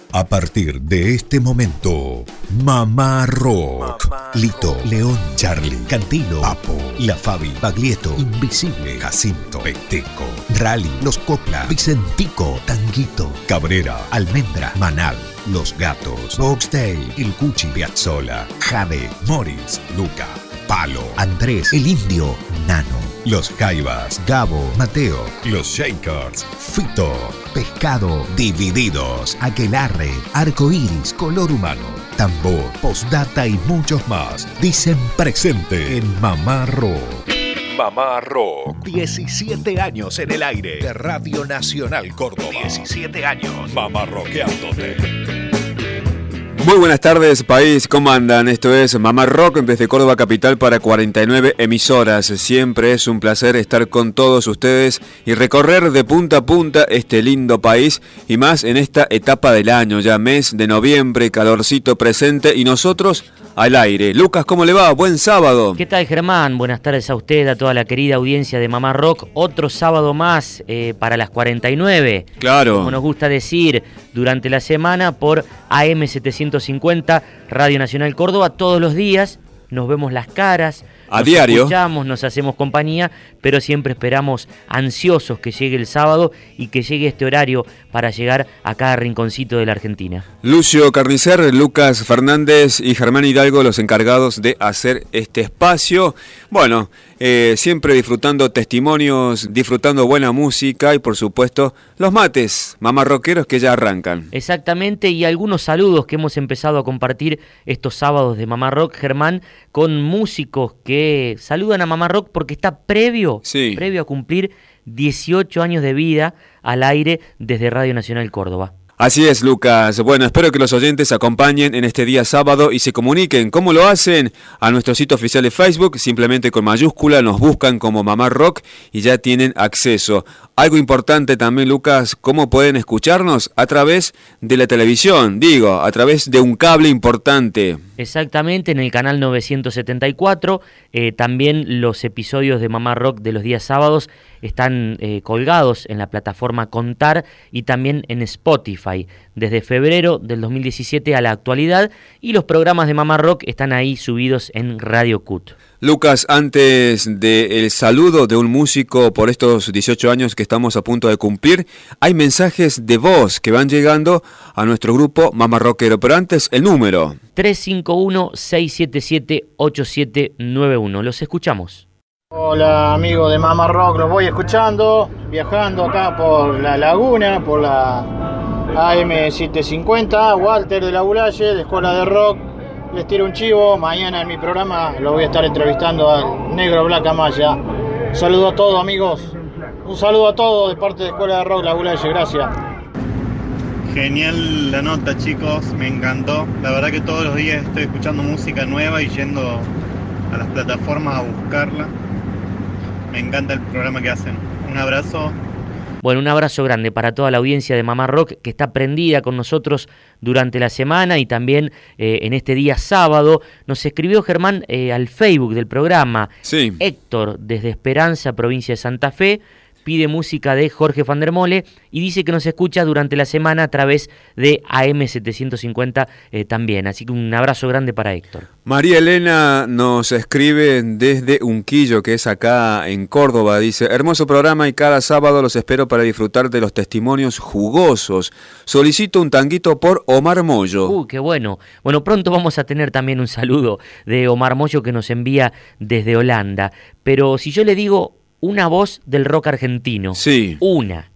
A partir de este momento, Mamá Rock. Lito, León, Charlie, Cantilo, Papo, La Fabi, Baglietto, Invisible, Jacinto, Peteco, Rally, Los Copla, Vicentico, Tanguito, Cabrera, Almendra, Manal, Los Gatos, Boxdale, El Cuchi, Piazzola, Jade, Morris, Luca, Palo, Andrés, El Indio, Nano, Los Jaivas, Gabo, Mateo, Los Shakers, Fito, Pescado, Divididos, Aquelarre, Arcoiris, Color Humano, Tambor, Postdata y muchos más dicen presente en Mamá Rock. Mamá Rock, 17 años en el aire de Radio Nacional Córdoba. 17 años. Mamá Rockeándote. Muy buenas tardes, país, ¿cómo andan? Esto es Mamá Rock desde Córdoba Capital para 49 emisoras. Siempre es un placer estar con todos ustedes y recorrer de punta a punta este lindo país y más en esta etapa del año, ya mes de noviembre, calorcito presente y nosotros al aire. Lucas, ¿cómo le va? Buen sábado. ¿Qué tal, Germán? Buenas tardes a usted, a toda la querida audiencia de Mamá Rock. Otro sábado más para las 49. Claro. Como nos gusta decir, durante la semana por AM 750, Radio Nacional Córdoba, todos los días. Nos vemos las caras, a diario. Escuchamos, nos hacemos compañía, pero siempre esperamos ansiosos que llegue el sábado y que llegue este horario para llegar a cada rinconcito de la Argentina. Lucio Carnicer, Lucas Fernández y Germán Hidalgo, los encargados de hacer este espacio. Bueno, siempre disfrutando testimonios, disfrutando buena música y por supuesto los mates mamarroqueros que ya arrancan. Exactamente, y algunos saludos que hemos empezado a compartir estos sábados de Mamá Rock, Germán, con músicos que saludan a Mamá Rock porque está previo a cumplir 18 años de vida al aire desde Radio Nacional Córdoba. Así es, Lucas. Bueno, espero que los oyentes acompañen en este día sábado y se comuniquen. ¿Cómo lo hacen? A nuestro sitio oficial de Facebook, simplemente con mayúscula, nos buscan como Mamá Rock y ya tienen acceso. Algo importante también, Lucas, ¿cómo pueden escucharnos? A través de la televisión, a través de un cable importante. Exactamente, en el canal 974, también los episodios de Mamá Rock de los días sábados están colgados en la plataforma Contar y también en Spotify, desde febrero del 2017 a la actualidad, y los programas de Mamá Rock están ahí subidos en Radio CUT. Lucas, antes del saludo de un músico por estos 18 años que estamos a punto de cumplir, hay mensajes de voz que van llegando a nuestro grupo Mamá Rockero, pero antes el número 351-677-8791. Los escuchamos. Hola amigos de Mamá Rock, los voy escuchando, viajando acá por la laguna, por la AM 750, Walter de la Bulaye, de Escuela de Rock. Les tiro un chivo, mañana en mi programa lo voy a estar entrevistando al Negro Black Amaya. Un saludo a todos amigos, un saludo a todos de parte de Escuela de Rock La Bulaye, gracias. Genial la nota, chicos, me encantó. La verdad que todos los días estoy escuchando música nueva y yendo a las plataformas a buscarla. Me encanta el programa que hacen. Un abrazo. Bueno, un abrazo grande para toda la audiencia de Mamá Rock que está prendida con nosotros durante la semana y también en este día sábado. Nos escribió Germán al Facebook del programa. Sí. Héctor, desde Esperanza, provincia de Santa Fe, pide música de Jorge Van der Mole y dice que nos escucha durante la semana a través de AM 750 también. Así que un abrazo grande para Héctor. María Elena nos escribe desde Unquillo, que es acá en Córdoba. Dice, hermoso programa y cada sábado los espero para disfrutar de los testimonios jugosos. Solicito un tanguito por Omar Mollo. Qué bueno. Bueno, pronto vamos a tener también un saludo de Omar Mollo que nos envía desde Holanda. Pero si yo le digo una voz del rock argentino. Sí. Una.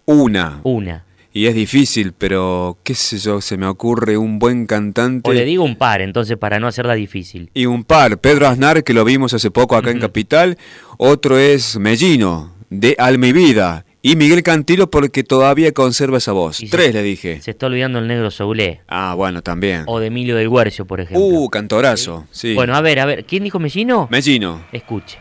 Y es difícil, pero qué sé yo, se me ocurre un buen cantante. O le digo un par, entonces, para no hacerla difícil. Y un par. Pedro Aznar, que lo vimos hace poco acá en Capital. Otro es Mellino, de Alma y Vida. Y Miguel Cantilo, porque todavía conserva esa voz. 3 le dije. Se está olvidando el Negro Soulé. Ah, bueno, también. O de Emilio del Guercio, por ejemplo. Cantorazo, sí. Bueno, a ver, ¿quién dijo Mellino? Mellino. Escuche.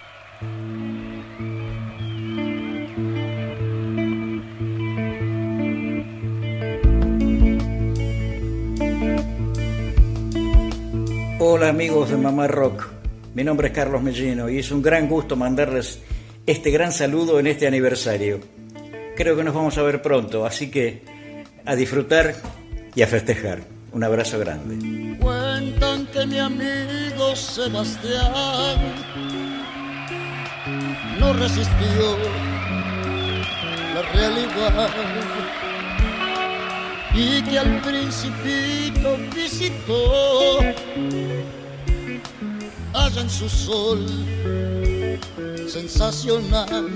Hola amigos de Mamá Rock, mi nombre es Carlos Mellino y es un gran gusto mandarles este gran saludo en este aniversario. Creo que nos vamos a ver pronto, así que a disfrutar y a festejar. Un abrazo grande. Cuentan que mi amigo Sebastián no resistió la realidad y que al Principito visitó allá en su sol sensacional.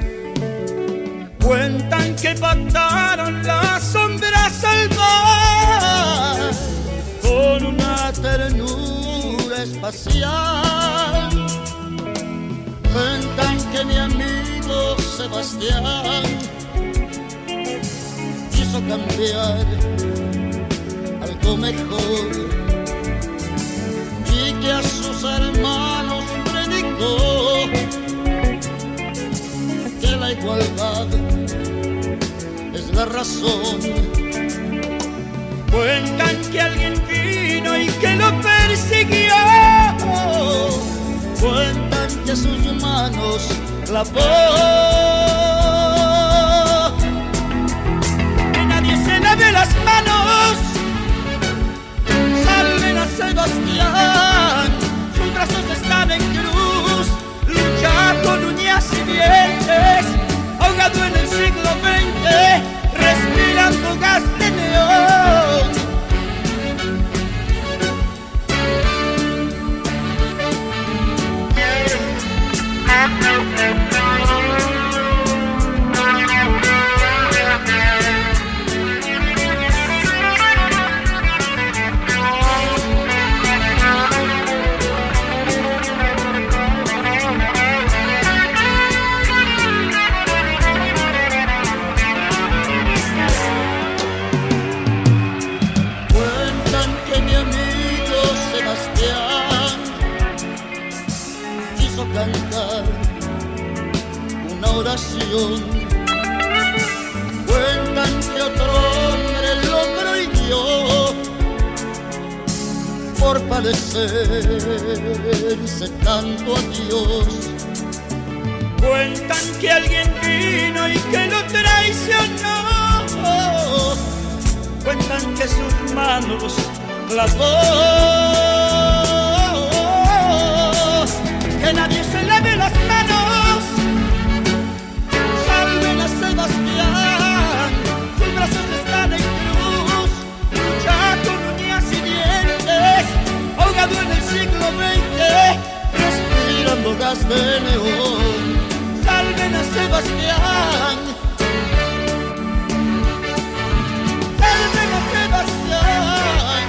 Cuentan que pactaron las sombras al mar con una ternura espacial. Cuentan que mi amigo Sebastián quiso cambiar algo mejor y que a sus hermanos predicó que la igualdad es la razón. Cuentan que alguien vino y que lo persiguió. Cuentan que sus manos lavó. Que nadie se lave las manos. Salven a Sebastián. Sus brazos están en cruz. Lucha con uñas y dientes. Ahogado en el siglo XX. Respirando gas de neón. Cantar una oración. Cuentan que otro hombre lo prohibió por parecerse tanto a Dios. Cuentan que alguien vino y que lo traicionó. Cuentan que sus manos lavó. Que nadie se lave las manos. Salven a Sebastián. Sus brazos están en cruz. Lucha con uñas y dientes. Ahogado en el siglo XX. Respirando gas de neón. Salven a Sebastián. Salven a Sebastián.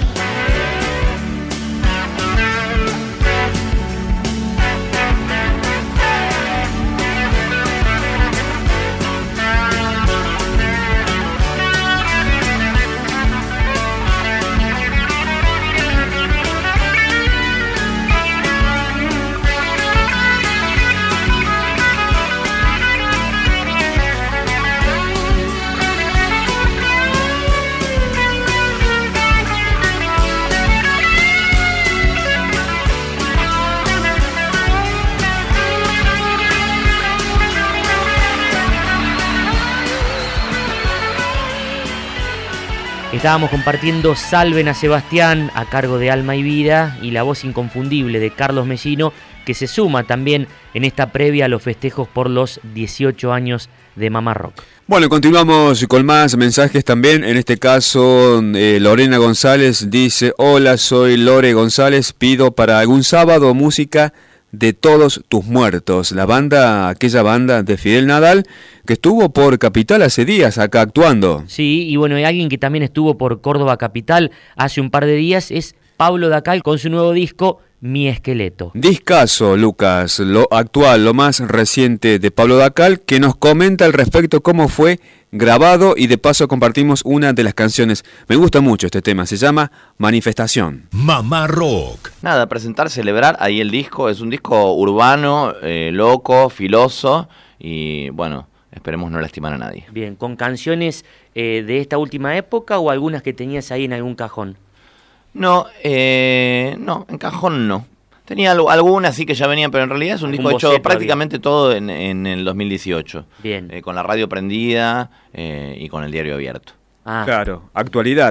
Estábamos compartiendo Salven a Sebastián a cargo de Alma y Vida y la voz inconfundible de Carlos Mellino, que se suma también en esta previa a los festejos por los 18 años de Mamá Rock. Bueno, continuamos con más mensajes también. En este caso, Lorena González dice: hola, soy Lore González, pido para algún sábado música de Todos tus muertos, aquella banda de Fidel Nadal que estuvo por Capital hace días acá actuando. Sí, y bueno, hay alguien que también estuvo por Córdoba Capital hace un par de días, es Pablo Dacal con su nuevo disco Mi Esqueleto. Discazo, Lucas, lo actual, lo más reciente de Pablo Dacal, que nos comenta al respecto cómo fue grabado y de paso compartimos una de las canciones. Me gusta mucho este tema, se llama Manifestación. Mamá Rock. Nada, presentar, celebrar ahí el disco. Es un disco urbano, loco, filoso y bueno, esperemos no lastimar a nadie. Bien, ¿con canciones de esta última época o algunas que tenías ahí en algún cajón? No, en cajón no. Tenía algunas sí que ya venían, pero en realidad es un disco hecho prácticamente todo en el 2018. Bien. Con la radio prendida y con el diario abierto. Claro, actualidad.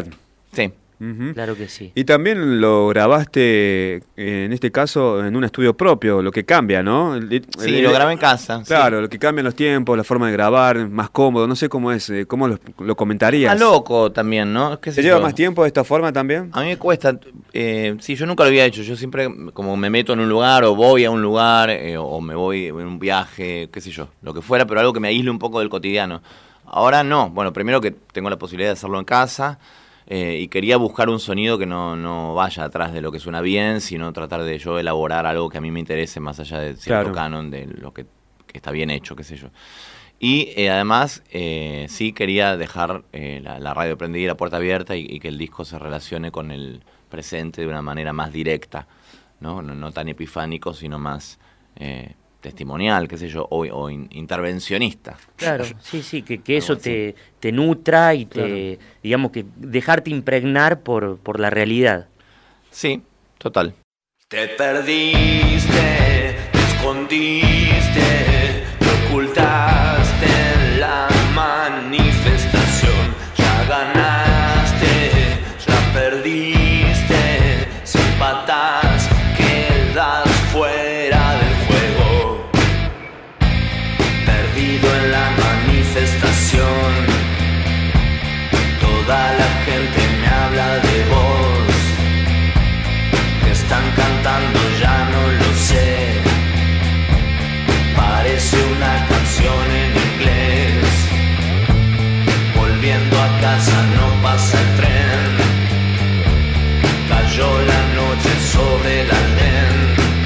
Sí. Uh-huh. Claro que sí. Y también lo grabaste, en este caso, en un estudio propio, lo que cambia, ¿no? Sí, lo grabé en casa. Claro, sí. Lo que cambian los tiempos, la forma de grabar, más cómodo, no sé cómo es, cómo lo comentarías. Más loco también, ¿no? ¿Te lleva más tiempo de esta forma también? A mí me cuesta, sí, yo nunca lo había hecho, yo siempre como me meto en un lugar o voy a un lugar o me voy en un viaje, qué sé yo, lo que fuera, pero algo que me aísle un poco del cotidiano. Ahora no, bueno, primero que tengo la posibilidad de hacerlo en casa. Y quería buscar un sonido que no vaya atrás de lo que suena bien, sino tratar de yo elaborar algo que a mí me interese más allá de cierto canon de lo que está bien hecho, qué sé yo. Y además sí quería dejar la radio prendida y la puerta abierta y que el disco se relacione con el presente de una manera más directa, no tan epifánico, sino más testimonial, qué sé yo, o intervencionista. Claro, sí, que eso te nutra y te, digamos que dejarte impregnar por la realidad. Sí, total. Te perdiste, te escondiste, te ocultaste en la manifestación. Ya ganaste, ya perdiste, si empatás, quedas fuera del juego. Perdido en la manifestación, toda la gente me habla de vos. Que están cantando, ya no lo sé. Parece una canción en inglés. Volviendo a casa no pasa el tren. Cayó la noche sobre el andén.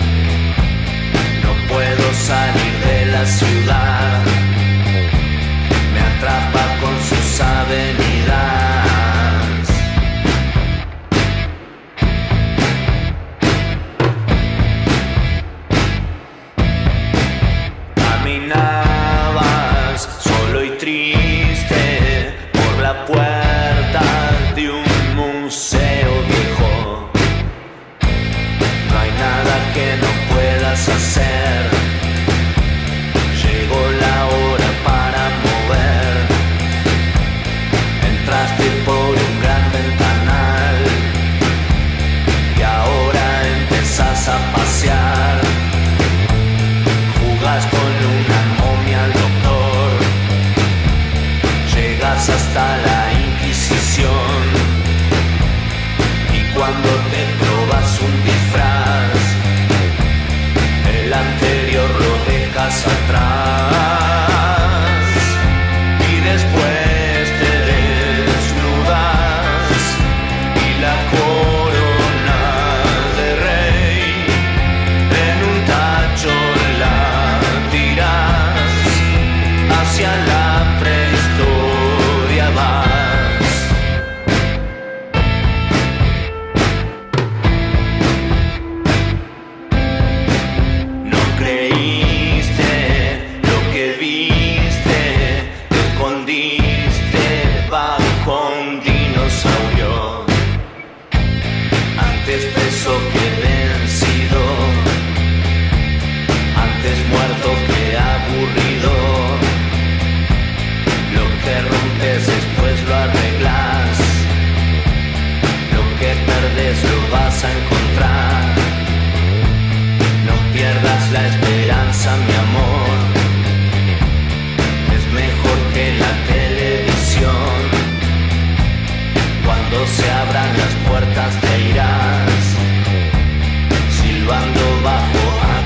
No puedo salir de la ciudad. Me atrapa con sus avenidas. Caminabas solo y triste por la puerta de un museo viejo. No hay nada que no puedas hacer. Llegó la hora para mover. Entraste por un gran ventanal y ahora empezás a pasear. Jugás con una momia al doctor. Llegas hasta la Inquisición. Y cuando te probas un disfraz, el anterior lo dejas atrás. Y después te desnudas y la corona de rey en un tacho la tiras. Hacia la prehistoria vas. No creíste lo que viste, te escondiste bajo un dinosaurio. Antes preso que vencido, antes muerto que aburrido. Lo que rompes después lo arreglas. Lo que perdes lo vas a encontrar. No pierdas la esperanza, mi amor. Es mejor que la televisión. Cuando se abran las puertas te irás, silbando bajo a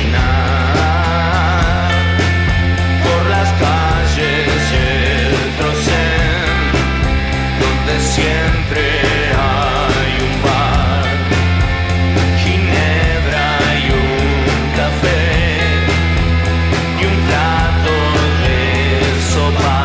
caminar por las calles del Trocén, donde siempre hay un bar, ginebra y un café y un plato de sopa.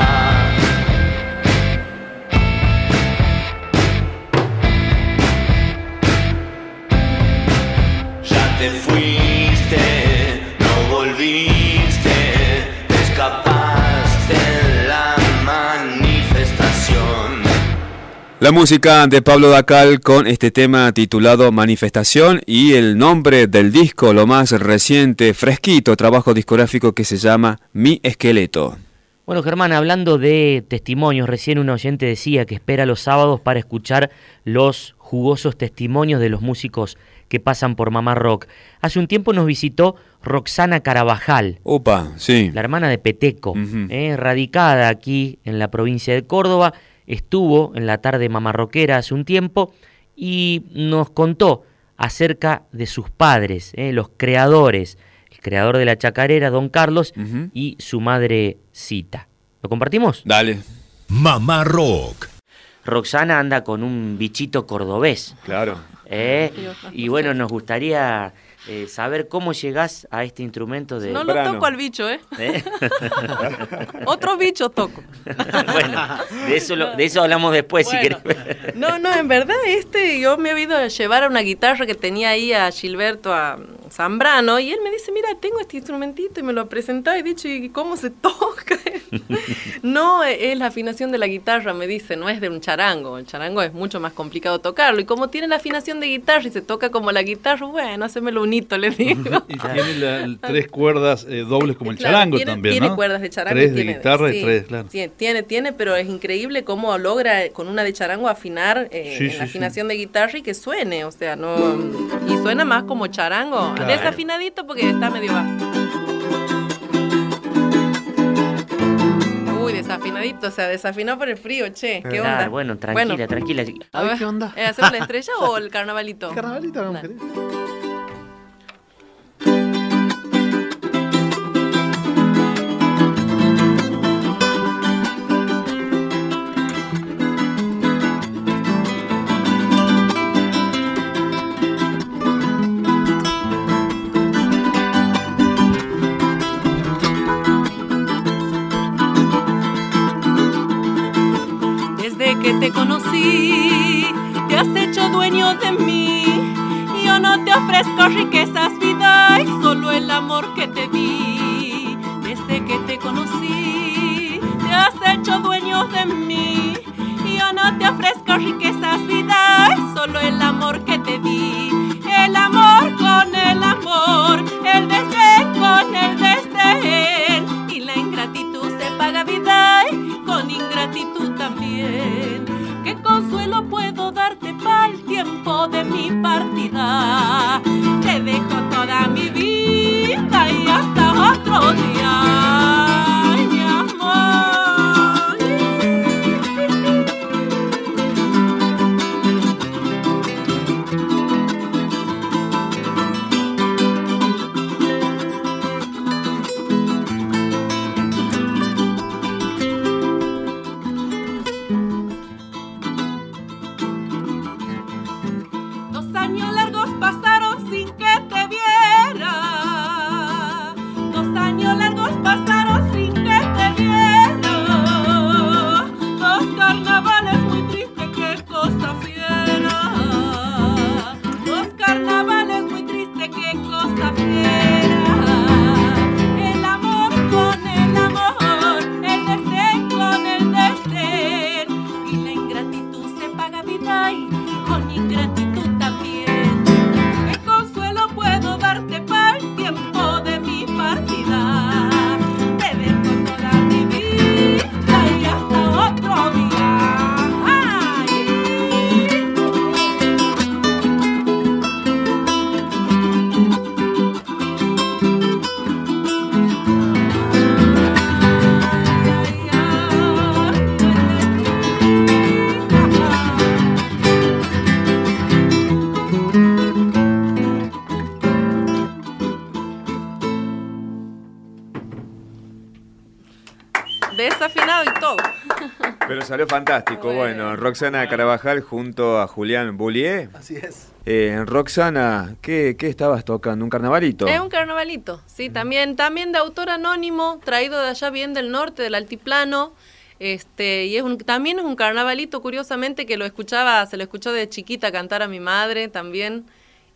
Ya te fuiste, no volviste, te escapaste en la manifestación. La música de Pablo Dacal con este tema titulado Manifestación y el nombre del disco, lo más reciente, fresquito, trabajo discográfico que se llama Mi Esqueleto. Bueno, Germán, hablando de testimonios, recién un oyente decía que espera los sábados para escuchar los jugosos testimonios de los músicos que pasan por Mamá Rock. Hace un tiempo nos visitó Roxana Carabajal. Opa, sí. La hermana de Peteco, radicada aquí en la provincia de Córdoba. Estuvo en la tarde mamarroquera hace un tiempo y nos contó acerca de sus padres, los creadores. El creador de la chacarera, Don Carlos, y su madre Cita. ¿Lo compartimos? Dale. Mamá Rock. Roxana anda con un bichito cordobés. Claro. Y bueno, nos gustaría saber cómo llegás a este instrumento de... No lo toco al bicho, Otro bicho toco. Bueno, de eso hablamos después, bueno, si querés. No, en verdad, yo me he ido a llevar a una guitarra que tenía ahí a Gilberto, a Zambrano, y él me dice, mira, tengo este instrumentito, y me lo ha presentado, y he dicho, ¿y cómo se toca? No, es la afinación de la guitarra, me dice, no es de un charango. El charango es mucho más complicado tocarlo, y como tiene la afinación de guitarra y se toca como la guitarra, bueno, hacémelo unito, le digo. Y tiene 3 cuerdas dobles como el charango también, ¿no? Tiene cuerdas de charango. 3 de guitarra y 3, claro. Tiene, pero es increíble cómo logra con una de charango afinar la afinación de guitarra y que suene, o sea, no... Y suena más como charango, claro. Desafinadito porque está medio bajo. Uy, desafinadito, o sea, desafinado por el frío, che, ¿qué onda? Claro, bueno, tranquila. A ver, ¿qué onda? ¿Hacemos la estrella o el carnavalito? El carnavalito, vamos a querer. Que te conocí, te has hecho dueño de mí. Yo no te ofrezco riquezas, vida, y solo el amor que te di. Desde que te conocí, te has hecho dueño de mí. Yo no te ofrezco riquezas, vida, y solo el amor que te di. El amor con el amor, el desdén con el desdén. Y la ingratitud se paga, vida, y con ingratitud también. ¿Qué consuelo puedo darte para el tiempo de mi partida? Te dejo toda mi vida y hasta otro día, mi amor. Desafinado y todo. Pero salió fantástico. Bueno, Roxana Carabajal junto a Julián Boulier. Así es. Roxana, ¿qué estabas tocando? ¿Un carnavalito? Es un carnavalito, sí, también de autor anónimo, traído de allá bien del norte, del altiplano. Y también es un carnavalito, curiosamente, que se lo escuchó de chiquita cantar a mi madre también.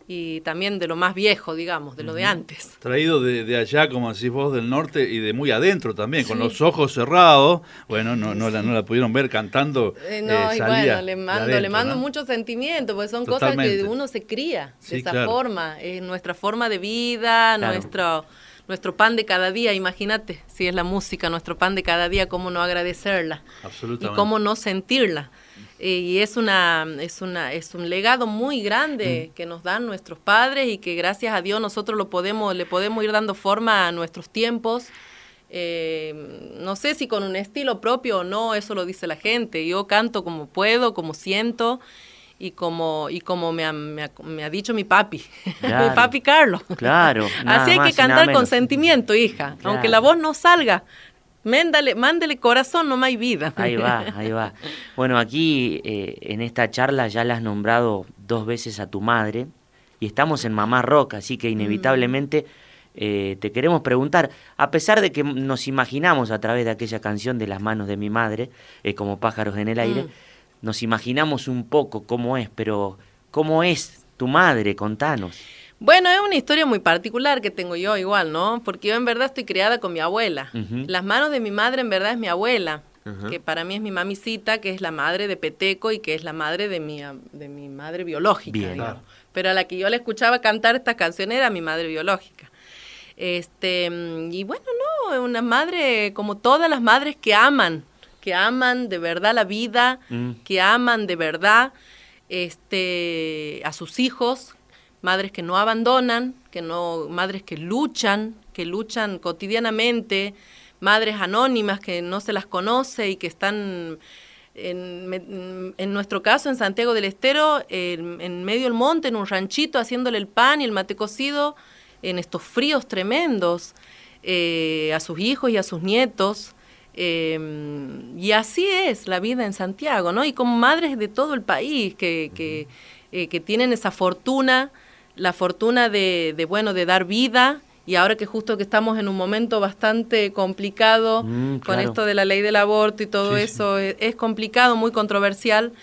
Y también de lo más viejo, digamos, de lo de antes. Traído de allá, como decís vos, del norte y de muy adentro también, con los ojos cerrados. Bueno, no la pudieron ver cantando. Y bueno, le mando mucho sentimiento, porque son cosas que uno se cría de esa forma. Es nuestra forma de vida, nuestro pan de cada día, imagínate, si es la música, nuestro pan de cada día, cómo no agradecerla y cómo no sentirla. Y es un legado muy grande que nos dan nuestros padres y que gracias a Dios nosotros le podemos ir dando forma a nuestros tiempos. No sé si con un estilo propio o no, eso lo dice la gente. Yo canto como puedo, como siento y como me ha dicho mi papi, claro. Mi papi Carlos. Claro. Así hay que cantar con sentimiento, hija, claro. Aunque la voz no salga. Mándele corazón, no hay vida. Ahí va. Bueno, aquí en esta charla ya la has nombrado 2 veces a tu madre y estamos en Mamá Rock, así que inevitablemente te queremos preguntar, a pesar de que nos imaginamos a través de aquella canción de Las manos de mi madre, como pájaros en el aire, nos imaginamos un poco cómo es, pero ¿cómo es tu madre? Contanos. Bueno, es una historia muy particular que tengo yo igual, ¿no? Porque yo en verdad estoy criada con mi abuela. Las manos de mi madre en verdad es mi abuela, que para mí es mi mamisita, que es la madre de Peteco y que es la madre de mi madre biológica. Bien, digamos. Claro. Pero a la que yo le escuchaba cantar estas canciones era mi madre biológica. Y bueno, no, es una madre como todas las madres que aman de verdad la vida, que aman de verdad a sus hijos, madres que no abandonan, madres que luchan cotidianamente, madres anónimas que no se las conoce y que están, en nuestro caso, en Santiago del Estero, en medio del monte, en un ranchito, haciéndole el pan y el mate cocido, en estos fríos tremendos, a sus hijos y a sus nietos. Y así es la vida en Santiago, ¿no? Y como madres de todo el país que tienen esa fortuna, la fortuna de dar vida, y ahora que justo que estamos en un momento bastante complicado con esto de la ley del aborto y todo eso, es complicado, muy controversial.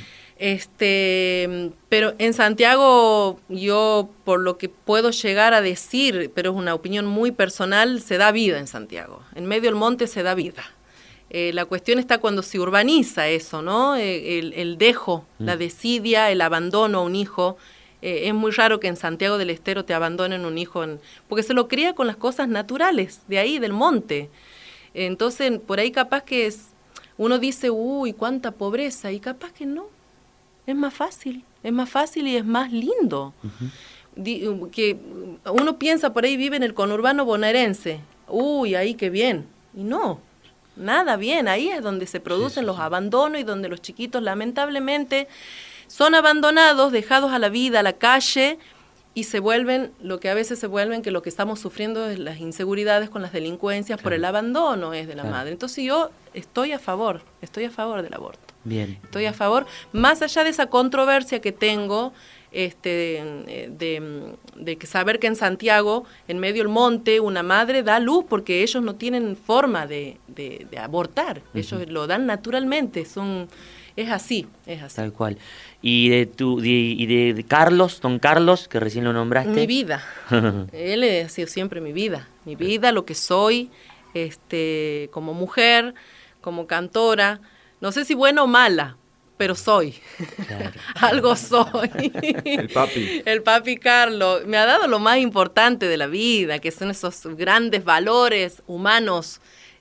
Pero en Santiago, yo por lo que puedo llegar a decir, pero es una opinión muy personal, se da vida en Santiago. En medio del monte se da vida. La cuestión está cuando se urbaniza eso, ¿no? El dejo, la desidia, el abandono a un hijo. Es muy raro que en Santiago del Estero te abandonen un hijo, porque se lo cría con las cosas naturales, de ahí, del monte. Entonces, por ahí capaz que uno dice, uy, cuánta pobreza, y capaz que no. Es más fácil y es más lindo. Que uno piensa, por ahí vive en el conurbano bonaerense, uy, ahí qué bien, y no, nada bien, ahí es donde se producen los abandonos y donde los chiquitos lamentablemente son abandonados, dejados a la vida, a la calle, y se vuelven lo que a veces se vuelven, que lo que estamos sufriendo es las inseguridades con las delincuencias por el abandono es de la madre. Entonces yo estoy a favor del aborto. Bien. Estoy a favor, más allá de esa controversia que tengo, de que saber que en Santiago, en medio del monte, una madre da luz porque ellos no tienen forma de abortar, ellos lo dan naturalmente, es así. Tal cual. Y de Carlos, don Carlos, que recién lo nombraste. Mi vida. Él ha sido siempre mi vida, lo que soy, como mujer, como cantora. No sé si buena o mala, pero soy. Claro. Algo soy. El papi Carlos me ha dado lo más importante de la vida, que son esos grandes valores humanos,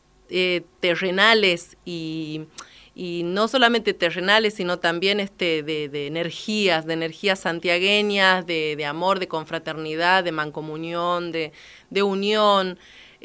terrenales y no solamente terrenales, sino también de energías santiagueñas, de amor, de confraternidad, de mancomunión, de unión.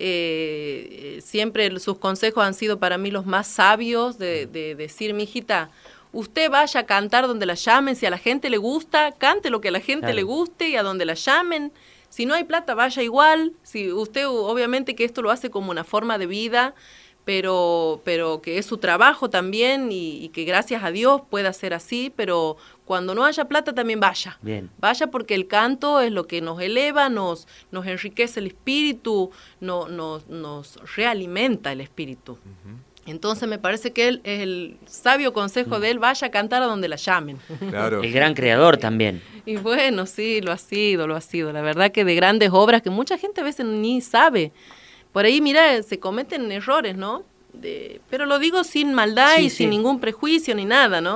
Siempre sus consejos han sido para mí los más sabios, de decir, mijita, usted vaya a cantar donde la llamen, si a la gente le gusta, cante lo que a la gente le guste y a donde la llamen. Si no hay plata, vaya igual. Si usted, obviamente que esto lo hace como una forma de vida, pero que es su trabajo también y que gracias a Dios pueda ser así, pero cuando no haya plata también vaya. Bien. Vaya porque el canto es lo que nos eleva, nos enriquece el espíritu, nos realimenta el espíritu. Entonces me parece que él es el sabio consejo de él, vaya a cantar a donde la llamen. Claro. El gran creador también. Y bueno, sí, lo ha sido. La verdad que de grandes obras que mucha gente a veces ni sabe. Por ahí, mira, se cometen errores, ¿no? Pero lo digo sin maldad sin ningún prejuicio ni nada, ¿no?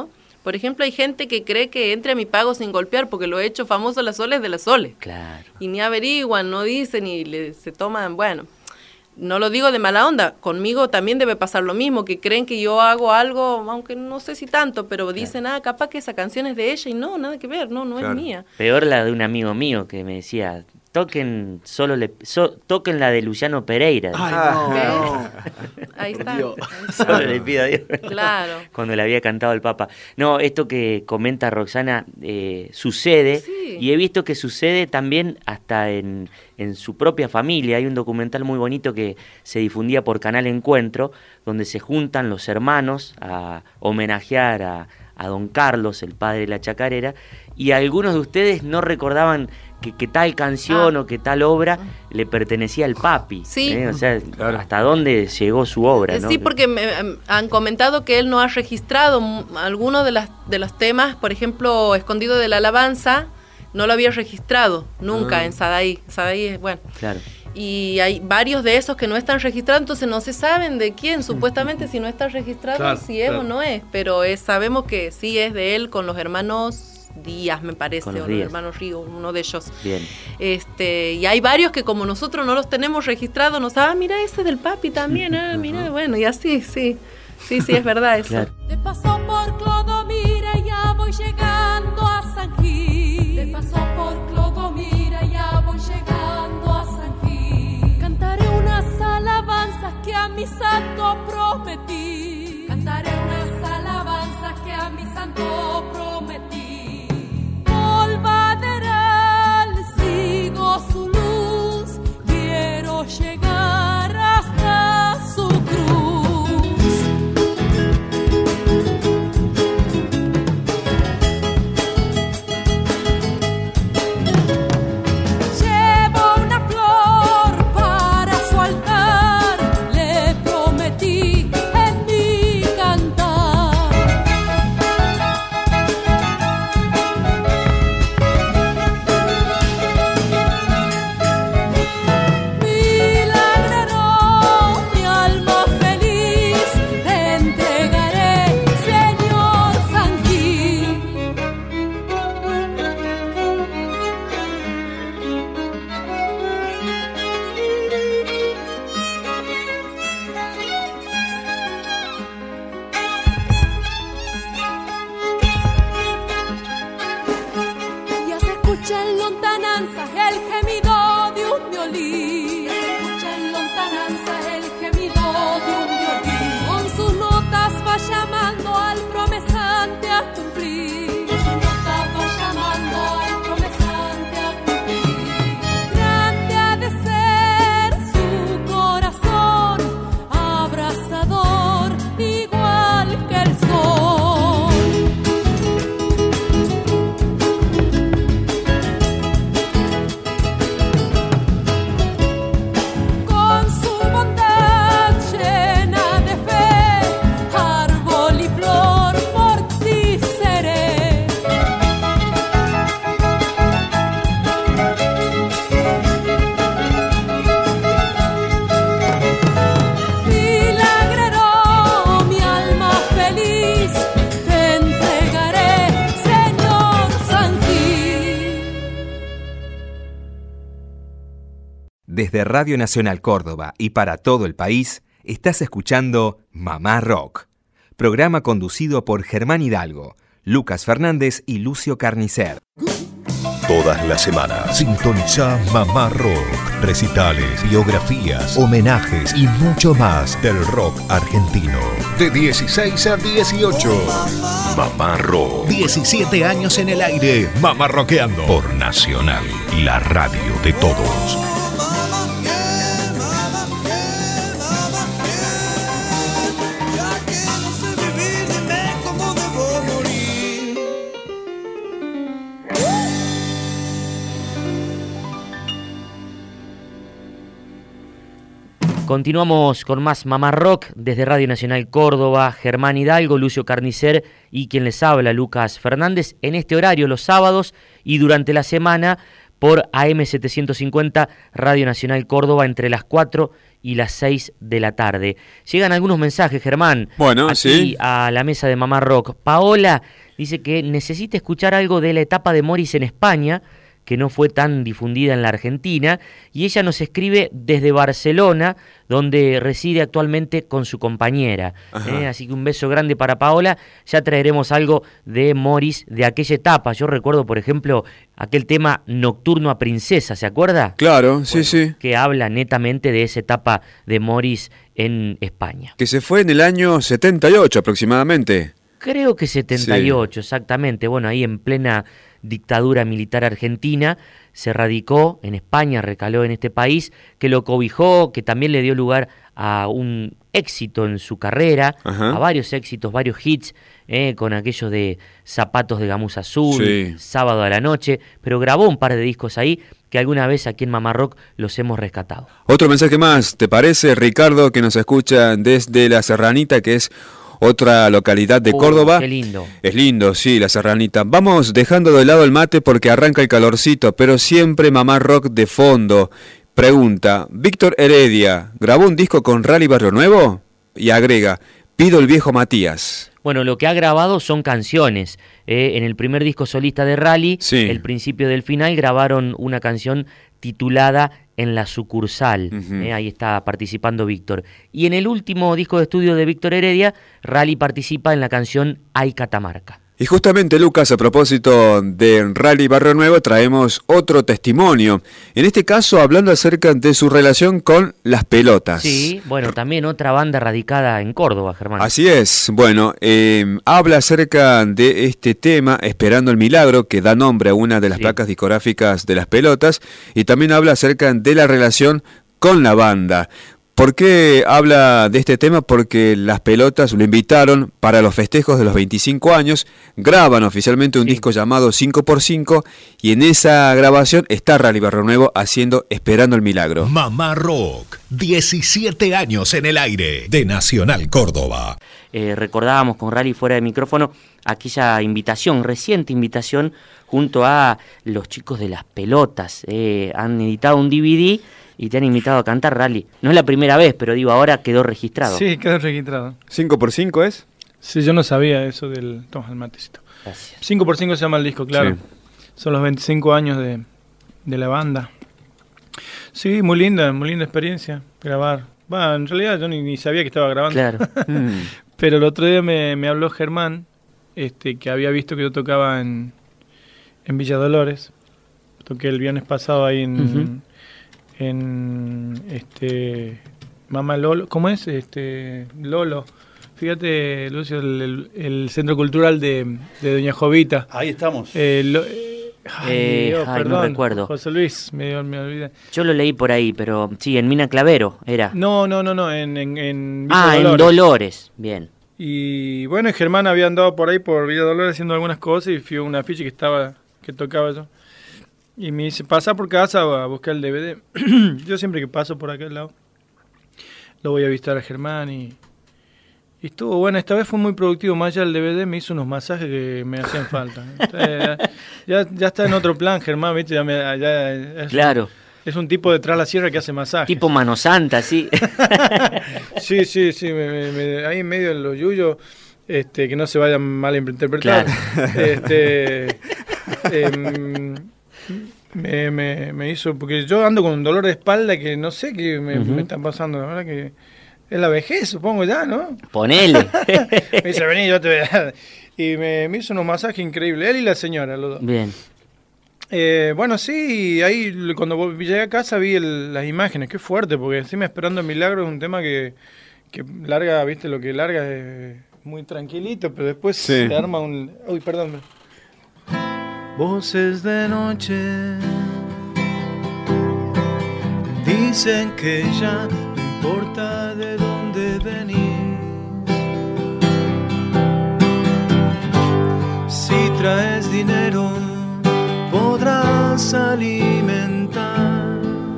Por ejemplo, hay gente que cree que entre a mi pago sin golpear porque lo he hecho famoso las soles de las soles. Claro. Y ni averiguan, no dicen y se toman, bueno, no lo digo de mala onda, conmigo también debe pasar lo mismo, que creen que yo hago algo, aunque no sé si tanto, pero dicen, capaz que esa canción es de ella y no, nada que ver, no es mía. Peor la de un amigo mío que me decía, toquen toquen la de Luciano Pereira. Ay, no. Ahí está. Solo le pido a Dios. Claro. Cuando le había cantado el Papa. No, esto que comenta Roxana sucede, sí. Y he visto que sucede también hasta en su propia familia. Hay un documental muy bonito que se difundía por Canal Encuentro, donde se juntan los hermanos a homenajear a don Carlos, el padre de la chacarera, y algunos de ustedes no recordaban que tal canción o que tal obra le pertenecía al papi. Sí. O sea, hasta dónde llegó su obra, ¿no? Sí, porque me han comentado que él no ha registrado algunos de los temas, por ejemplo, Escondido de la Alabanza, no lo había registrado nunca en Sadaí. Sadaí es, bueno. Claro. Y hay varios de esos que no están registrados, entonces no se saben de quién, supuestamente si no está registrado, si es o no es, pero sabemos que sí es de él con los hermanos Díaz, me parece, o los hermanos Río, uno de ellos. Bien. Y hay varios que como nosotros no los tenemos registrados, nos mira, ese es del papi también, mira, bueno, y así, sí, es verdad eso. Claro. Te paso por Clodomira, ya voy llegando a San Gil. Te paso por Clodomira, ya voy llegando a San Gil. Cantaré unas alabanzas que a mi santo prometí. Cantaré unas alabanzas que a mi santo prometí. Polvaderal, sigo su luz, quiero llegar hasta su cruz. Llevo una flor para su altar, le prometí en mi cantar. Desde Radio Nacional Córdoba y para todo el país, estás escuchando Mamá Rock, programa conducido por Germán Hidalgo, Lucas Fernández y Lucio Carnicer. Todas las semanas sintoniza Mamá Rock, recitales, biografías, homenajes y mucho más del rock argentino. De 16 a 18. Mamá Rock. 17 años en el aire. Mamá Rockeando. Por Nacional, la radio de todos. Continuamos con más Mamá Rock desde Radio Nacional Córdoba, Germán Hidalgo, Lucio Carnicer y quien les habla, Lucas Fernández, en este horario los sábados y durante la semana por AM750 Radio Nacional Córdoba entre las 4 y las 6 de la tarde. Llegan algunos mensajes, Germán, bueno, aquí sí, a la mesa de Mamá Rock. Paola dice que necesita escuchar algo de la etapa de Morris en España, que no fue tan difundida en la Argentina, y ella nos escribe desde Barcelona, donde reside actualmente con su compañera. Así que un beso grande para Paola. Ya traeremos algo de Morris de aquella etapa. Yo recuerdo, por ejemplo, aquel tema Nocturno a Princesa, ¿se acuerda? Claro, bueno, sí. Que habla netamente de esa etapa de Morris en España. Que se fue en el año 78 aproximadamente. Creo que 78, exactamente. Bueno, ahí en plena dictadura militar argentina, se radicó en España, recaló en este país, que lo cobijó, que también le dio lugar a un éxito en su carrera, a varios éxitos, varios hits, con aquellos de Zapatos de Gamuza Azul, Sábado a la Noche, pero grabó un par de discos ahí que alguna vez aquí en Mamá Rock los hemos rescatado. Otro mensaje más, ¿te parece, Ricardo, que nos escucha desde La Serranita, que es otra localidad de Córdoba? Qué lindo. Es lindo, sí, La Serranita. Vamos dejando de lado el mate porque arranca el calorcito, pero siempre Mamá Rock de fondo. Pregunta, Víctor Heredia, ¿grabó un disco con Rally Barrio Nuevo? Y agrega, pido el viejo Matías. Bueno, lo que ha grabado son canciones. En el primer disco solista de Rally, El principio del final, grabaron una canción titulada En la sucursal. Ahí está participando Víctor. Y en el último disco de estudio de Víctor Heredia, Rally participa en la canción Ay Catamarca. Y justamente, Lucas, a propósito de Rally Barrio Nuevo, traemos otro testimonio. En este caso, hablando acerca de su relación con Las Pelotas. Sí, bueno, también otra banda radicada en Córdoba, Germán. Así es. Bueno, habla acerca de este tema, Esperando el Milagro, que da nombre a una de las placas discográficas de Las Pelotas, y también habla acerca de la relación con la banda. ¿Por qué habla de este tema? Porque Las Pelotas lo invitaron para los festejos de los 25 años, graban oficialmente un disco llamado 5x5 y en esa grabación está Rally Barrio Nuevo haciendo Esperando el Milagro. Mamá Rock, 17 años en el aire de Nacional Córdoba. Recordábamos con Rally fuera de micrófono aquella invitación, reciente invitación junto a los chicos de Las Pelotas. Han editado un DVD y te han invitado a cantar, Rally. No es la primera vez, pero digo, ahora quedó registrado. Sí, quedó registrado. ¿5x5 es? Sí, yo no sabía eso del... Toma el matecito. Gracias. 5x5 se llama el disco, claro. Sí. Son los 25 años de la banda. Sí, muy linda experiencia grabar. Bueno, en realidad yo ni sabía que estaba grabando. Claro. Pero el otro día me habló Germán, que había visto que yo tocaba en Villa Dolores. Toqué el viernes pasado ahí en Mamá Lolo, ¿cómo es? Lolo. Fíjate, Lucio, el Centro Cultural de Doña Jovita. Ahí estamos. Dios, perdón, no recuerdo. José Luis, me olvidé. Yo lo leí por ahí, pero sí, en Mina Clavero era. No, en Villa Dolores. En Dolores, bien. Y bueno, Germán había andado por ahí por Villa Dolores haciendo algunas cosas y fui a una afiche que tocaba yo. Y me dice, pasa por casa a buscar el DVD. Yo siempre que paso por aquel lado, lo voy a visitar a Germán y estuvo bueno. Esta vez fue muy productivo, más allá del DVD me hizo unos masajes que me hacían falta. Entonces, ya está en otro plan, Germán, ¿viste? Claro. Es un tipo detrás de la sierra que hace masajes. Tipo Mano Santa, sí. Sí, ahí en medio de los yuyos, que no se vayan mal a interpretar. Claro. Me hizo, porque yo ando con un dolor de espalda que no sé qué me está pasando, la verdad que es la vejez, supongo ya, ¿no? Ponele. Me dice, vení, yo te voy a... Y me hizo unos masajes increíbles, él y la señora, los dos. Bien. Bueno, sí, ahí cuando llegué a casa vi las imágenes, qué fuerte, porque encima Esperando el Milagro es un tema que larga, viste, lo que larga es muy tranquilito, pero después se arma un... Uy, perdón. Voces de noche dicen que ya no importa de dónde venís, si traes dinero podrás alimentar,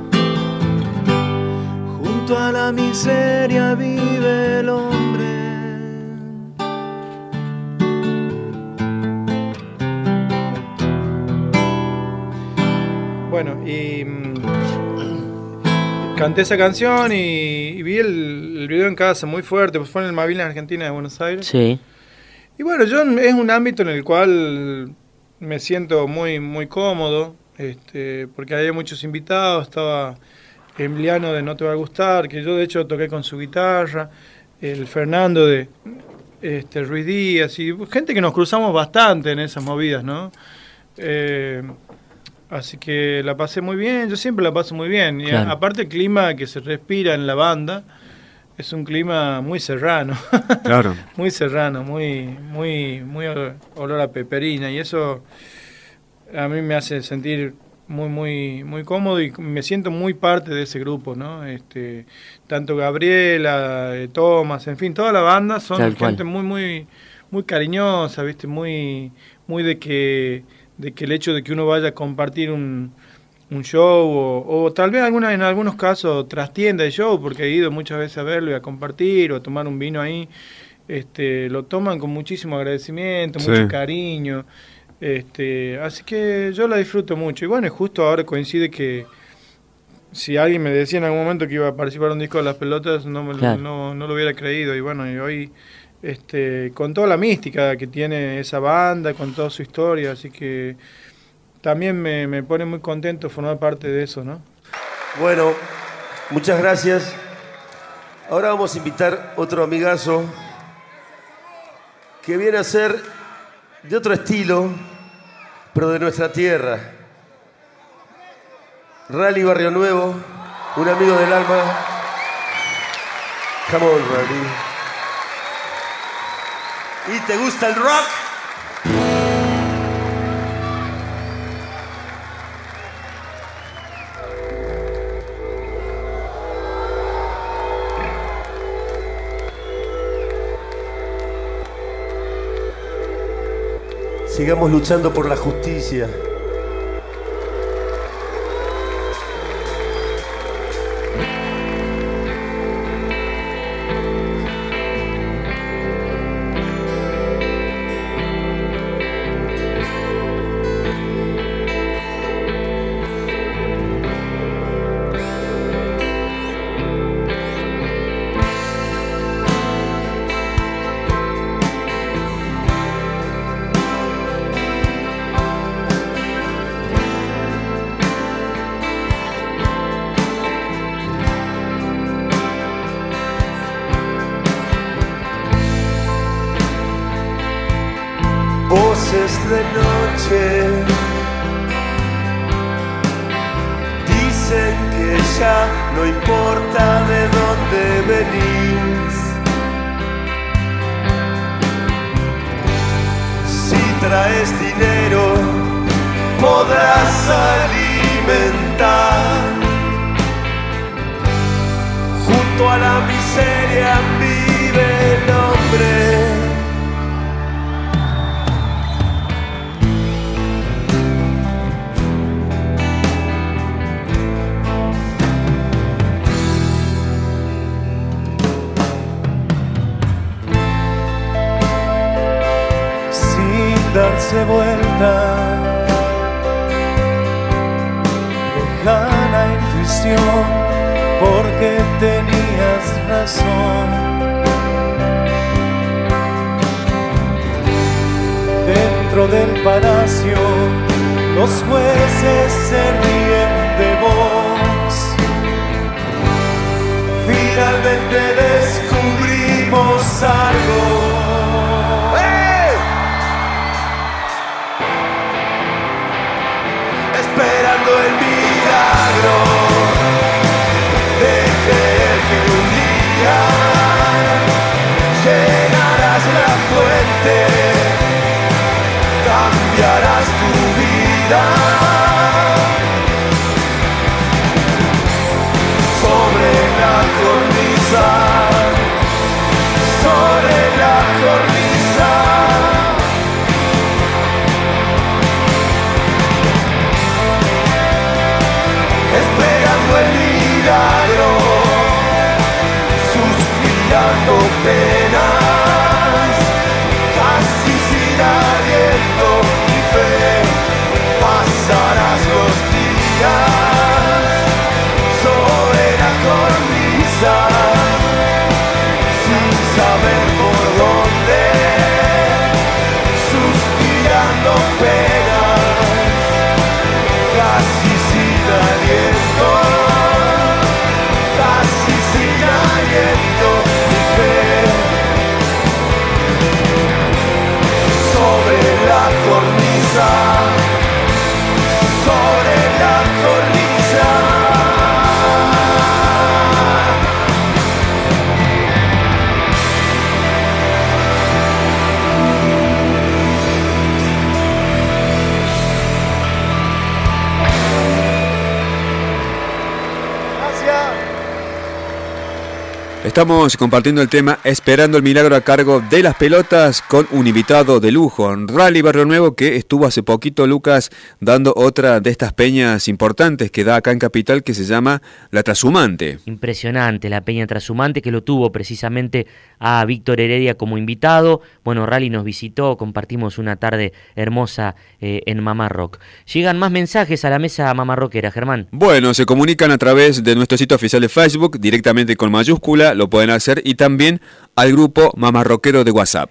junto a la miseria vive el hombre. bueno, y canté esa canción y vi el video en casa muy fuerte, pues fue en el Malvinas Argentina de Buenos Aires. Sí. Y bueno, es un ámbito en el cual me siento muy, muy cómodo, porque había muchos invitados, estaba Emiliano de No Te Va a Gustar, que yo de hecho toqué con su guitarra, el Fernando de Ruiz Díaz, y gente que nos cruzamos bastante en esas movidas, ¿no? Así que la pasé muy bien, yo siempre la paso muy bien. Y claro. Aparte el clima que se respira en la banda es un clima muy serrano. Claro. Muy serrano, muy olor a peperina, y eso a mí me hace sentir muy cómodo y me siento muy parte de ese grupo, ¿no? Tanto Gabriela, Tomás, en fin, toda la banda son Tal gente cual. muy cariñosa, ¿viste? Muy de que el hecho de que uno vaya a compartir un show o tal vez en algunos casos trastienda el show, porque he ido muchas veces a verlo y a compartir o a tomar un vino ahí, lo toman con muchísimo agradecimiento, Sí. mucho cariño, así que yo la disfruto mucho. Y bueno, justo ahora coincide que si alguien me decía en algún momento que iba a participar en un disco de Las Pelotas, no lo hubiera creído. Y bueno, y hoy con toda la mística que tiene esa banda, con toda su historia, así que también me pone muy contento formar parte de eso, ¿no? Bueno, muchas gracias. Ahora vamos a invitar otro amigazo que viene a ser de otro estilo, pero de nuestra tierra. Rally Barrio Nuevo, un amigo del alma. Come on, Rally. ¿Y te gusta el rock? Sigamos luchando por la justicia. Voces de noche dicen que ya no importa de dónde venís, si traes dinero podrás alimentar. Junto a la miseria vive el hombre. Darse vuelta, lejana intuición, porque tenías razón. Dentro del palacio, los jueces se ríen de vos. Finalmente descubrimos algo. Esperando el milagro de creer que un día llenarás la fuente, cambiarás tu vida. Sobre la cornisa, sobre la cornisa. Esperando el milagro, suspirando penas, casi sin aliento y fe, paz. Estamos compartiendo el tema Esperando el Milagro a cargo de Las Pelotas con un invitado de lujo, Rally Barrio Nuevo, que estuvo hace poquito, Lucas, dando otra de estas peñas importantes que da acá en Capital, que se llama La Trashumante. Impresionante la peña Trashumante, que lo tuvo precisamente a Víctor Heredia como invitado. Bueno, Rally nos visitó, compartimos una tarde hermosa en Mamá Rock. Llegan más mensajes a la mesa Mamá Rockera, Germán. Bueno, se comunican a través de nuestro sitio oficial de Facebook, directamente con mayúscula, lo pueden hacer, y también al grupo Mamá Rockero de WhatsApp.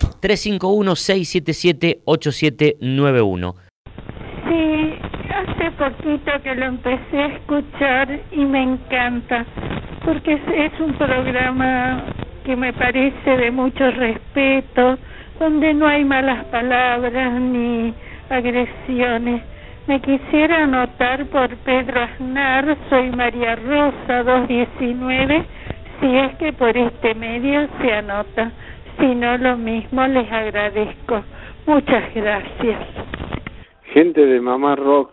351-677-8791. Sí, hace poquito que lo empecé a escuchar y me encanta, porque es un programa que me parece de mucho respeto, donde no hay malas palabras ni agresiones. Me quisiera anotar por Pedro Aznar, soy María Rosa 219, si es que por este medio se anota. Si no, lo mismo, les agradezco. Muchas gracias. Gente de Mamá Rock,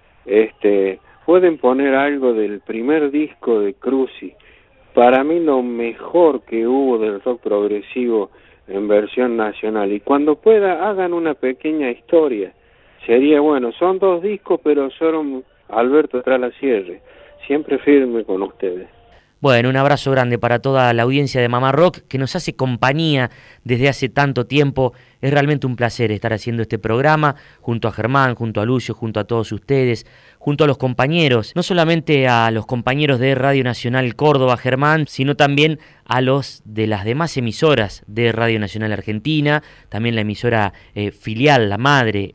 pueden poner algo del primer disco de Cruci. Para mí lo mejor que hubo del rock progresivo en versión nacional. Y cuando pueda, hagan una pequeña historia. Sería bueno. Son 2 discos, pero son Alberto Tralasierre. Siempre firme con ustedes. Bueno, un abrazo grande para toda la audiencia de Mamá Rock, que nos hace compañía desde hace tanto tiempo. Es realmente un placer estar haciendo este programa junto a Germán, junto a Lucio, junto a todos ustedes, junto a los compañeros, no solamente a los compañeros de Radio Nacional Córdoba, Germán, sino también a los de las demás emisoras de Radio Nacional Argentina, también la emisora filial, la madre,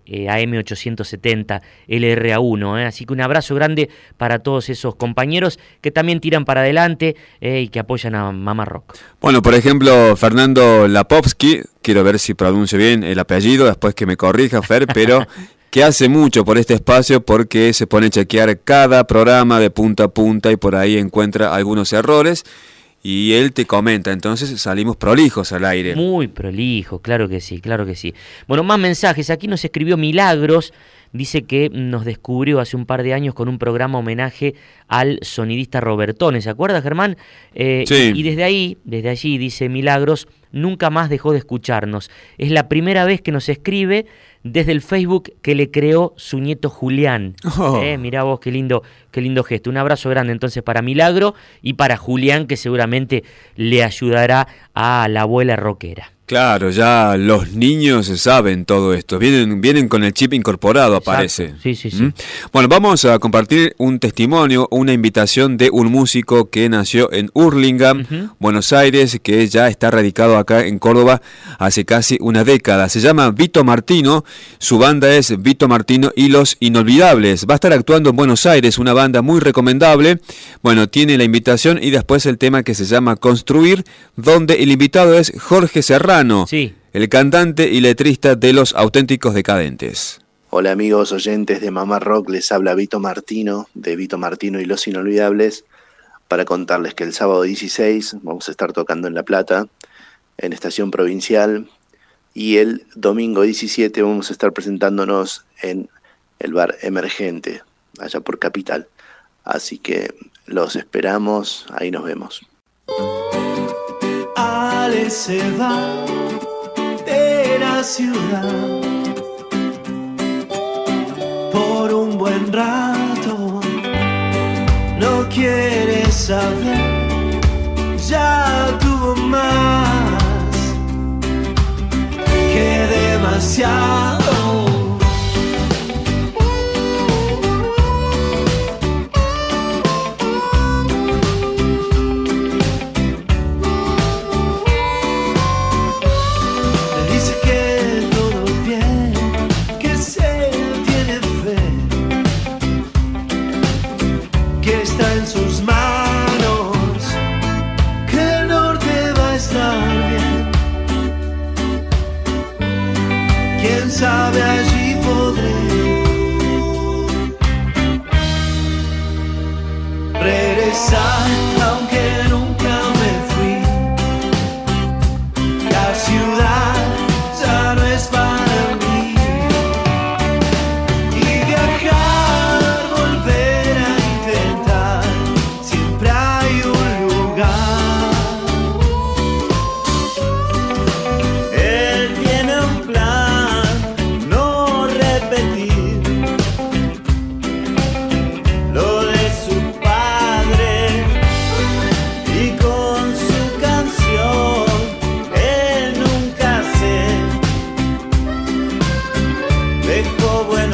AM870, LRA1. Así que un abrazo grande para todos esos compañeros que también tiran para adelante y que apoyan a Mamá Rock. Bueno, por ejemplo, Fernando Lapovsky, quiero ver si pronuncio bien el apellido, después que me corrija, Fer, pero que hace mucho por este espacio porque se pone a chequear cada programa de punta a punta y por ahí encuentra algunos errores y él te comenta, entonces salimos prolijos al aire. Muy prolijos, claro que sí, claro que sí. Bueno, más mensajes, aquí nos escribió Milagros, dice que nos descubrió hace un par de años con un programa homenaje al sonidista Robertone, ¿se acuerda, Germán? Sí. Y desde allí, dice Milagros, nunca más dejó de escucharnos. Es la primera vez que nos escribe desde el Facebook que le creó su nieto Julián. Mirá vos, qué lindo gesto. Un abrazo grande entonces para Milagro y para Julián, que seguramente le ayudará a la abuela rockera. Claro, ya los niños saben todo esto, vienen con el chip incorporado, aparece. Sí. Bueno, vamos a compartir un testimonio, una invitación de un músico que nació en Hurlingham, Buenos Aires, que ya está radicado acá en Córdoba hace casi una década. Se llama Vito Martino, su banda es Vito Martino y Los Inolvidables. Va a estar actuando en Buenos Aires, una banda muy recomendable. Bueno, tiene la invitación y después el tema que se llama Construir, donde el invitado es Jorge Serrano. Sí. El cantante y letrista de Los Auténticos Decadentes. Hola amigos oyentes de Mamá Rock, les habla Vito Martino, de Vito Martino y Los Inolvidables, para contarles que el sábado 16 vamos a estar tocando en La Plata, en Estación Provincial, y el domingo 17 vamos a estar presentándonos en el bar Emergente, allá por Capital. Así que los esperamos, ahí nos vemos. Ale se va de la ciudad por un buen rato, no quiere saber, ya tuvo más que demasiado.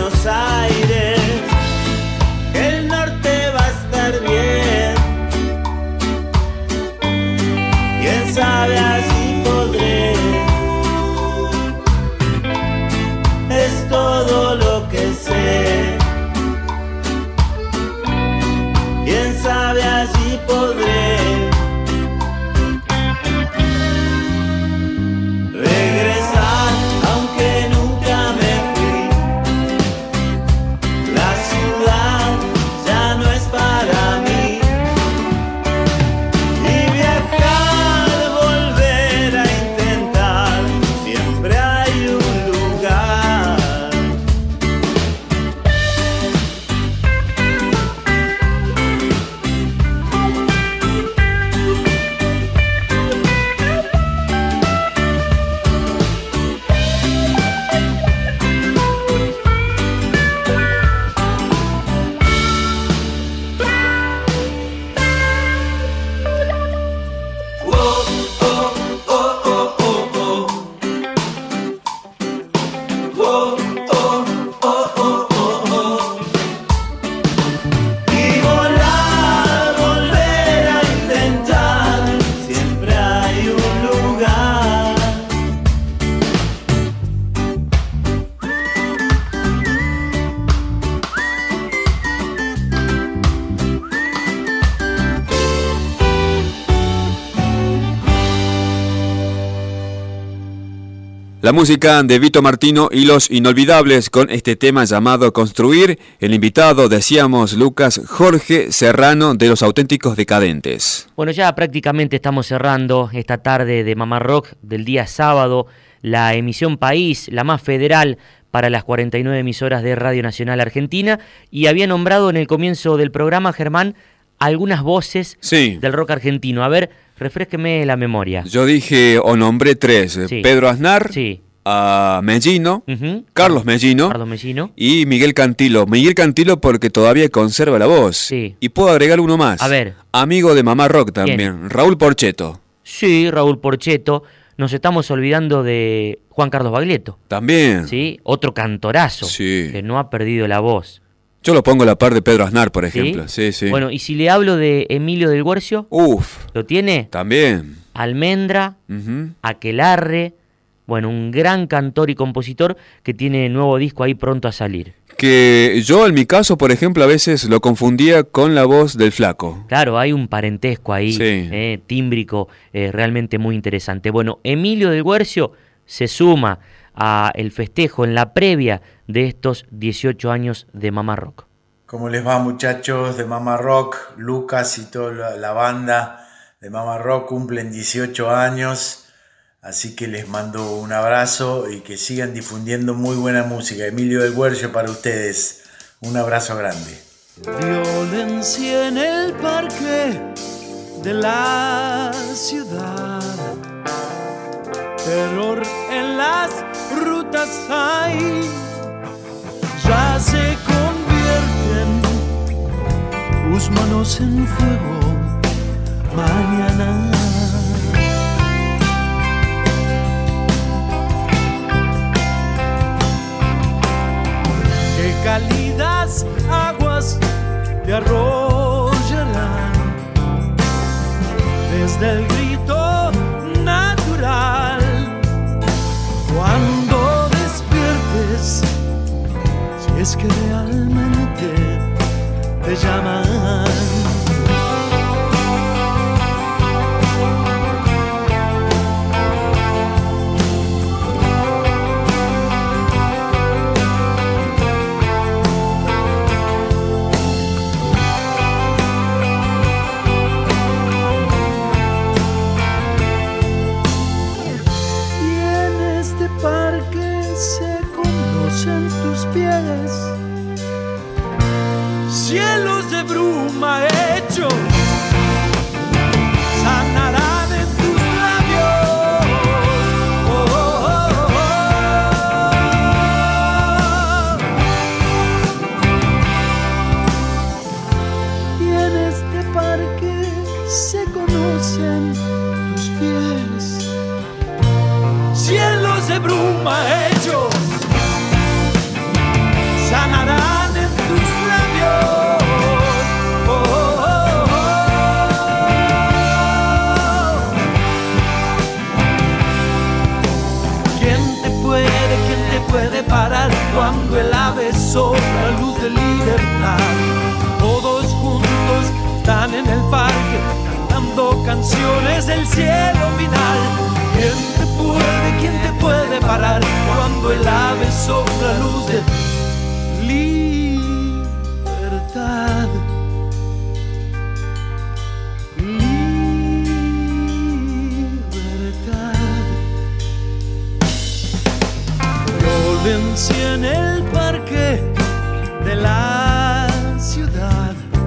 Buenos Aires, que el norte va a estar bien. Quién sabe, así podré. Es todo lo que sé. Quién sabe, así podré. Regresar, aunque nunca me fui. La ciudad ya no es para mí. Y viajar, volver a intentar, siempre hay un lugar. Y volar, volver a intentar, siempre hay un lugar. La música de Vito Martino y Los Inolvidables con este tema llamado Construir. El invitado, decíamos, Lucas, Jorge Serrano de Los Auténticos Decadentes. Bueno, ya prácticamente estamos cerrando esta tarde de Mamá Rock del día sábado, la emisión País, la más federal para las 49 emisoras de Radio Nacional Argentina, y había nombrado en el comienzo del programa, Germán, algunas voces del rock argentino. A ver, refrésqueme la memoria. Yo dije o nombré tres. Sí. Pedro Aznar, a Mellino, Carlos Mellino y Miguel Cantilo. Miguel Cantilo porque todavía conserva la voz. Y puedo agregar uno más. A ver. Amigo de Mamá Rock también. ¿Quién? Raúl Porchetto. Sí, Raúl Porchetto. Nos estamos olvidando de Juan Carlos Baglietto. También. Sí, otro cantorazo que no ha perdido la voz. Yo lo pongo a la par de Pedro Aznar, por ejemplo. Sí, sí. Bueno, y si le hablo de Emilio del Guercio, ¿lo tiene? También. Almendra, Aquelarre, bueno, un gran cantor y compositor que tiene nuevo disco ahí pronto a salir. Que yo en mi caso, por ejemplo, a veces lo confundía con la voz del Flaco. Claro, hay un parentesco ahí, tímbrico, realmente muy interesante. Bueno, Emilio del Guercio se suma a el festejo en la previa de estos 18 años de Mamá Rock. ¿Cómo les va, muchachos de Mamá Rock? Lucas y toda la banda de Mamá Rock cumplen 18 años, así que les mando un abrazo y que sigan difundiendo muy buena música. Emilio del Guercio para ustedes, un abrazo grande. Violencia en el parque de la ciudad, terror en las rutas hay, ya se convierten tus manos en fuego mañana. Qué cálidas aguas te arrollarán desde el grito natural. Cuando despiertes, si es que realmente te llaman. Cielos de bruma hecho sanará de tus labios. Oh, oh, oh, oh. Y en este parque se conocen tus pies. Cielos de bruma hechos sobra luz de libertad. Todos juntos están en el parque cantando canciones del cielo final. ¿Quién te puede parar cuando el ave sopla luz de libertad? Violencia en el parque de la ciudad,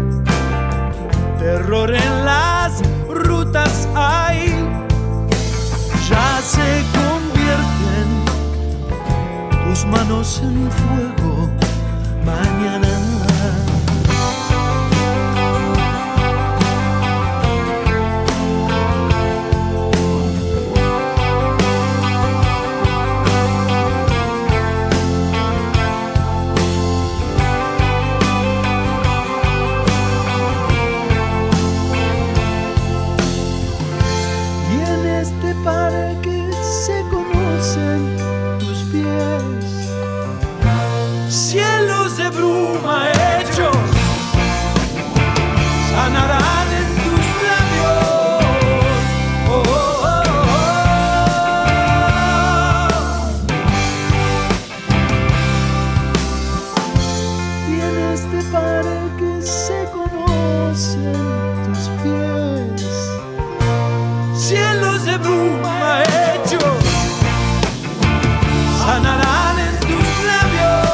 terror en las rutas hay, ya se convierten tus manos en fuego mañana. Cielos de bruma hechos sanarán en tus labios. Oh, oh, oh, oh. Y en este parque se conocen tus pies. Cielos de bruma hechos sanarán en tus labios.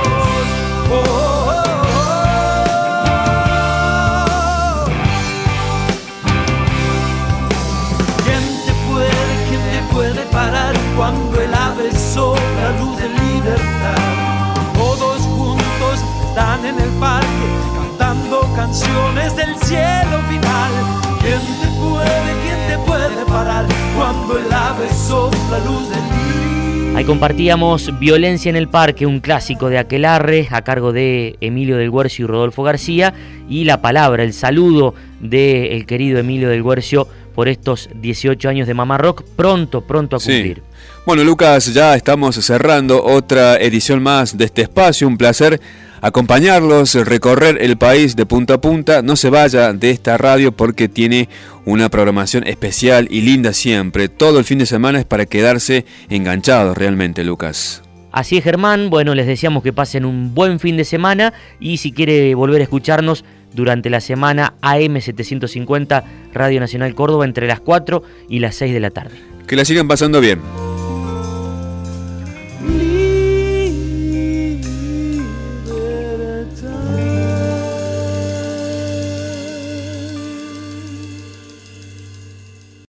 Cuando el ave sopla luz de libertad, todos juntos están en el parque cantando canciones del cielo final. ¿Quién te puede parar cuando el ave sopla luz de libertad? Ahí compartíamos Violencia en el Parque, un clásico de Aquelarre, a cargo de Emilio del Guercio y Rodolfo García, y la palabra, el saludo del querido Emilio del Guercio por estos 18 años de Mamá Rock, pronto a cumplir. Sí. Bueno, Lucas, ya estamos cerrando otra edición más de este espacio. Un placer acompañarlos, recorrer el país de punta a punta. No se vaya de esta radio porque tiene una programación especial y linda siempre. Todo el fin de semana es para quedarse enganchados realmente, Lucas. Así es, Germán. Bueno, les deseamos que pasen un buen fin de semana y si quiere volver a escucharnos durante la semana, AM750 Radio Nacional Córdoba entre las 4 y las 6 de la tarde. Que la sigan pasando bien.